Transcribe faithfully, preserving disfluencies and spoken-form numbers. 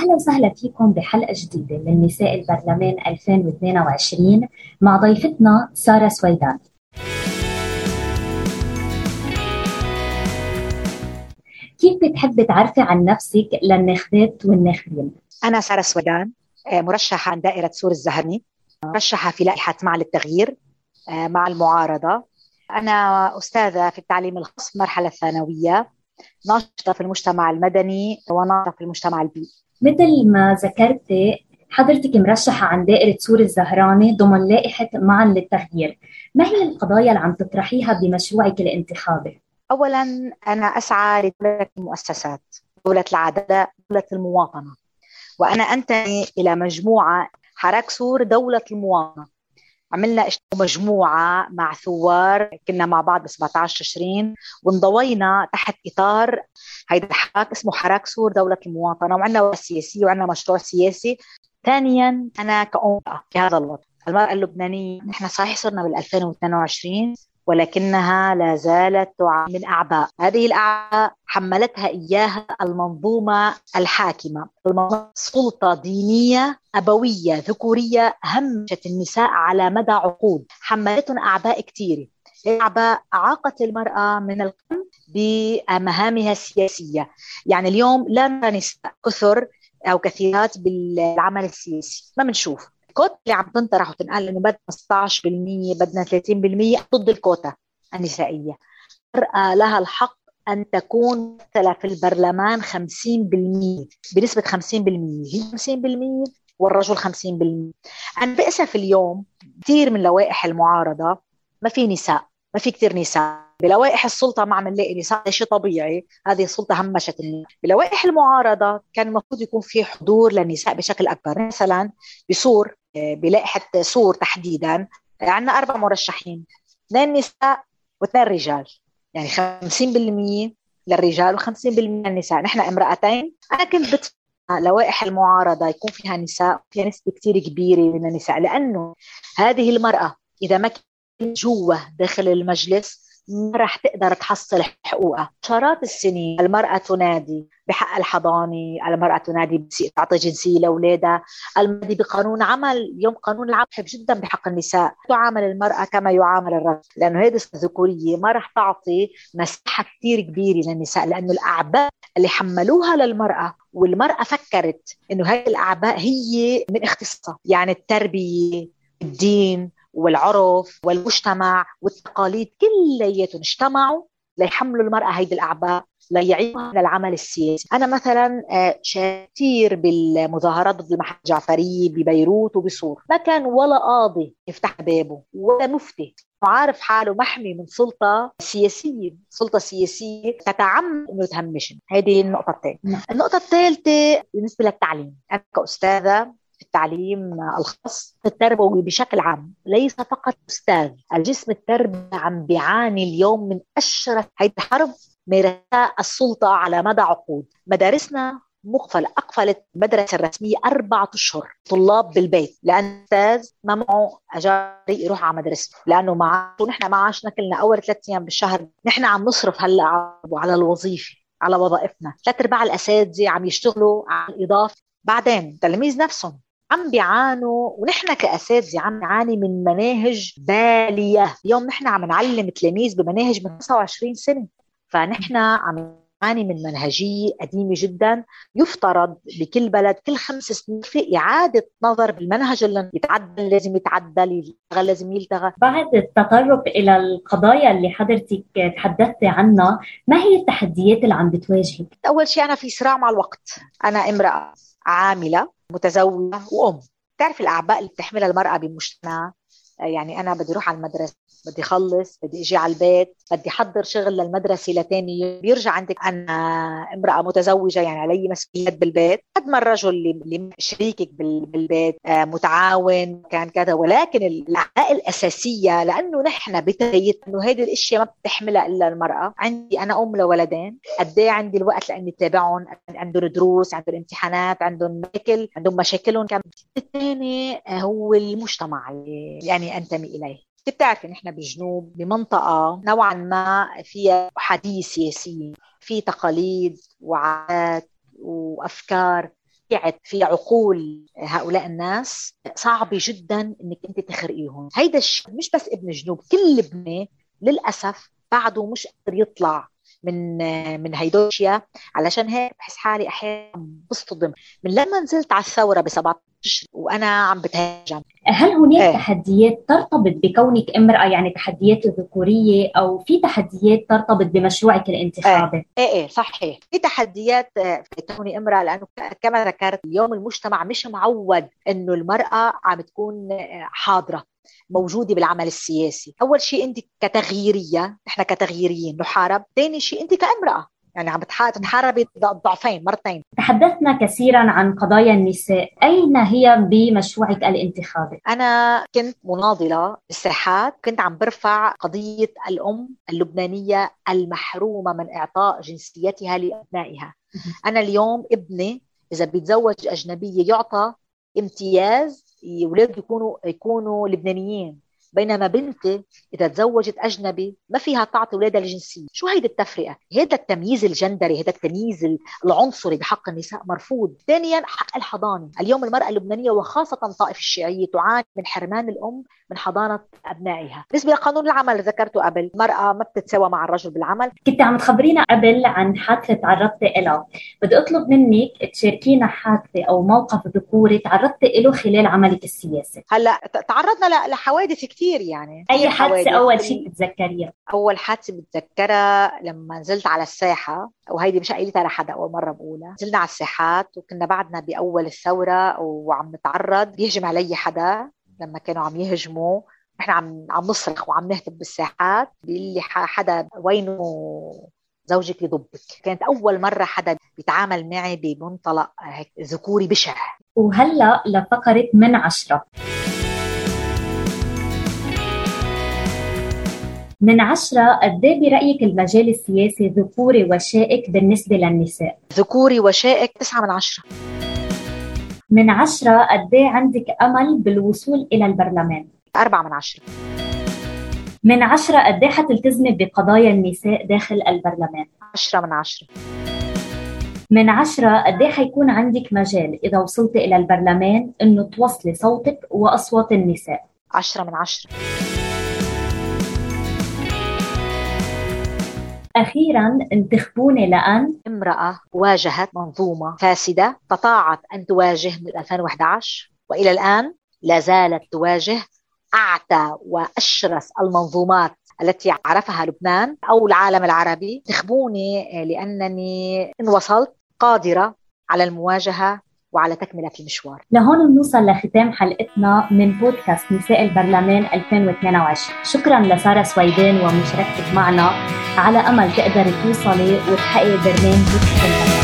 أهلا وسهلا فيكم بحلقة جديدة من نساء البرلمان ألفين واثنين وعشرين مع ضيفتنا سارة سويدان. كيف بتحبي تعرفي عن نفسك للناخبات والناخبين؟ أنا سارة سويدان، آه، مرشحة عن دائرة سور الزهرني، مرشحة في لائحة مع للتغيير آه، مع المعارضة. أنا أستاذة في التعليم الخاص في المرحلة الثانوية، ناشطة في المجتمع المدني وناشطة في المجتمع البيئي. مثل ما ذكرتي حضرتك مرشحة عن دائرة سور الزهراني ضمن لائحة معا للتغيير. ما هي القضايا اللي عم تطرحيها بمشروعك الانتخابي؟ أولاً، أنا أسعى لدولة المؤسسات، دولة العدالة، دولة المواطنة، وأنا أنتمي إلى مجموعة حراك سور دولة المواطنة. عملنا مجموعة مع ثوار، كنا مع بعض ب سبعة عشر تشرين، وانضوينا تحت إطار هيدا الحراك اسمه حراك سور دولة المواطنة، وعندنا وضع سياسي وعندنا مشروع سياسي. ثانياً، أنا كأمرأة في هذا الوطن، المرأة اللبنانية، نحن صحيح صرنا بال ألفين واثنين وعشرين ولكنها لا زالت تعاني من أعباء. هذه الأعباء حملتها إياها المنظومة الحاكمة، سلطة دينية أبوية ذكورية همشت النساء على مدى عقود، حملتهم أعباء كثيرة. أعباء عاقت المرأة من القيام بمهامها السياسية. يعني اليوم لا نرى نساء كثر أو كثيرات بالعمل السياسي، ما بنشوف الكوتا اللي عم تنطرح وتنقال إنه بدنا خمسة عشر بالمئة بدنا ثلاثين بالمئة ضد الكوتا النسائية. المرأة لها الحق أن تكون ممثلة في البرلمان خمسين بالمئة، بنسبة خمسين بالمئة، هي خمسين بالمئة والرجل خمسين بالمئة. أنا بأسف اليوم كثير من لوائح المعارضة ما في نساء، ما في كثير نساء. بلوائح السلطة ما عم نلاقي نساء، هذا شيء طبيعي، هذه السلطة همشت النساء. بلوائح المعارضة كان المفروض يكون في حضور للنساء بشكل أكبر. مثلا بسور، بلائحة سور تحديدا، عندنا أربع مرشحين، اثنين نساء واثنين رجال، يعني خمسين بالمئة للرجال وخمسين بالمئة للنساء. نحن امرأتين. أنا كنت بتفق لوائح المعارضة يكون فيها نساء، فيها نسبة كتير كبيرة من النساء، لأنه هذه المرأة إذا ما كانت جوا داخل المجلس ما راح تقدر تحصل حقوقها. عشرات السنين المرأة تنادي بحق الحضانة، المرأة تنادي تعطي جنسية لأولادها، المرأة بقانون عمل. اليوم قانون العمل يحب جدا بحق النساء، تعامل المرأة كما يعامل الرجل، لأنه هذه الذكورية ما راح تعطي مساحة كتير كبيرة للنساء، لأنه الأعباء اللي حملوها للمرأة، والمرأة فكرت إنه هذه الأعباء هي من اختصاصها، يعني التربية، الدين والعرف والمجتمع والتقاليد كلياتهم اجتمعوا ليحملوا المرأة هيدي الأعباء، ليعينوها للعمل السياسي. أنا مثلا شاكير بالمظاهرات ضد المحكمة الجعفرية ببيروت وبسور، ما كان ولا قاضي يفتح بابه ولا مفتي عارف حاله محمي من سلطة سياسية، سلطة سياسية تتعمد أنه تهمشن. هذه النقطة الثانية. النقطة الثالثة بالنسبة للتعليم، أنا كأستاذة في التعليم الخاص في التربوي بشكل عام، ليس فقط أستاذ، الجسم التربوي عم بيعاني اليوم من أشرس هيدي الحرب مارسها السلطة على مدى عقود. مدارسنا مقفلة، أقفلت المدرسة الرسمية أربعة أشهر طلاب بالبيت، لأن أستاذ ما معه أجاري يروح على مدرسته، لأنه معاش، ونحن معاشنا كلنا أول ثلاث أيام بالشهر. نحن عم نصرف هلأ على الوظيفة، على وظائفنا. ثلاث أرباع الأساتذة عم يشتغلوا على الإضافة، بعدين التلاميذ نفسهم عم بيعانوا، ونحن كأساتذة عم نعاني من مناهج بالية. اليوم نحن عم نعلم تلاميذ بمناهج من خمسة وعشرين سنة، فنحن عم نعاني من منهجية قديمة جدا. يفترض بكل بلد كل خمس سنين في إعادة نظر بالمنهج، اللي يتعدل لازم يتعدل، يلتغى لازم يلتغى. بعد التطرق إلى القضايا اللي حضرتك تحدثتي عنها، ما هي التحديات اللي عم بتواجهك؟ أول شيء أنا في صراع مع الوقت. أنا امرأة عاملة متزوجة وأم، تعرف الأعباء اللي بتحملها المرأة بمجتمع. يعني أنا بدي أروح على المدرسة، بدي أخلص، بدي أجي على البيت، بدي أحضر شغل للمدرسة لتاني يوم، بيرجع عندك أنا امرأة متزوجة، يعني علي مسؤوليات بالبيت قد ما الرجل اللي, اللي شريكك بالبيت آه متعاون كان كذا. ولكن الأعباء الأساسية، لأنه نحن بتريت إنه هذه الأشياء ما بتحملها إلا المرأة. عندي أنا أم لولدين، قد إيه عندي الوقت لأني أتابعهم، عندهم دروس، عندهم امتحانات، عندهم مشاكل، عندهم مشاكلهم. كم الثاني هو المجتمع يعني أنتمي إليه. بتعرفي نحن بالجنوب بمنطقة نوعا ما فيها حديث سياسي، في تقاليد وعادات وأفكار طبيعة في عقول هؤلاء الناس صعب جدا انك انت تخرقيهم. هيدا الشيء مش بس ابن جنوب، كل لبنان للأسف بعده مش قادر يطلع من من هيدوشيا. علشان هيك بحس حالي احيانا بصطدم من لما نزلت على الثوره ب سبعة عشر وانا عم بتهاجم. هل هناك ايه تحديات ترتبط بكونك امرأة، يعني تحديات الذكورية، أو في تحديات ترتبط بمشروعك الانتخابي؟ ايه ايه ايه صحيح، في تحديات آه، في كوني امراه، لانه ك- كما ذكرت اليوم المجتمع مش معود انه المراه عم تكون آه، حاضره موجوده بالعمل السياسي. اول شيء انت كتغييريه، احنا كتغييريين نحارب، ثاني شيء انت كامراه يعني عم بتح- تتحاربي ضعفين مرتين. تحدثنا كثيرا عن قضايا النساء، أين هي بمشروعك الانتخابي؟ أنا كنت مناضلة بالساحات، كنت عم برفع قضية الأم اللبنانية المحرومة من إعطاء جنسيتها لأبنائها. أنا اليوم ابني إذا بيتزوج أجنبية يعطى امتياز، أولاده يكونوا يكونوا لبنانيين، بينما بنتي إذا تزوجت أجنبي ما فيها تعطي أولادها الجنسية. شو هيدا التفرقة؟ هيدا التمييز الجندري، هيدا التمييز العنصري بحق النساء مرفوض. ثانيا حق الحضانة. اليوم المرأة اللبنانية وخاصة الطائفة الشيعية تعاني من حرمان الأم من حضانة أبنائها. بالنسبة لقانون العمل اللي ذكرته قبل، المرأة ما بتتساوى مع الرجل بالعمل. كنت عم تخبرينا قبل عن حادثة تعرضتي إلها، بدي أطلب منك تشاركينا حادثة أو موقف ذكوري تعرضتي له خلال عملك السياسي. هلا تعرضنا لحوادث كتير، يعني أي كتير حادثة حوادث. أول شيء بتتذكريها؟ أول حادثة بتذكرها لما نزلت على الساحة، وهيدي مش قايلتها لحدا، أول مرة بقولها. نزلنا على الساحات وكنا بعدنا بأول الثورة وعم نتعرض، بيهجم علي حدا. لما كانوا عم يهجموا نحن عم عم نصرخ وعم نهتف بالساحات، بيقول لي حدا وينه زوجك يضبك. كانت أول مرة حدا بيتعامل معي بمنطلق هيك ذكوري بشع. وهلأ لفقرة من عشرة. من عشرة قد ايه برأيك المجال السياسي ذكوري وشائك بالنسبة للنساء؟ ذكوري وشائك تسعة من عشرة. من عشرة قد ايه عندك أمل بالوصول إلى البرلمان؟ أربعة من عشرة. من عشرة قد ايه حتلتزمي بقضايا النساء داخل البرلمان؟ عشرة من عشرة. من عشرة قد ايه حيكون عندك مجال إذا وصلتي إلى البرلمان إنه توصلي صوتك وأصوات النساء؟ عشرة من عشرة. أخيراً انتخبوني لأن امرأة واجهت منظومة فاسدة، استطاعت أن تواجه من ألفين وإحدى عشر وإلى الآن لا زالت تواجه أعتى وأشرس المنظومات التي عرفها لبنان أو العالم العربي. انتخبوني لأنني إن وصلت قادرة على المواجهة وعلى تكملة المشوار. لهون بنوصل لختام حلقتنا من بودكاست نساء البرلمان ألفين واثنين وعشرين. شكراً لسارة سويدان ومشاركتك معنا، على أمل تقدري توصلي وتحققي برنامجك.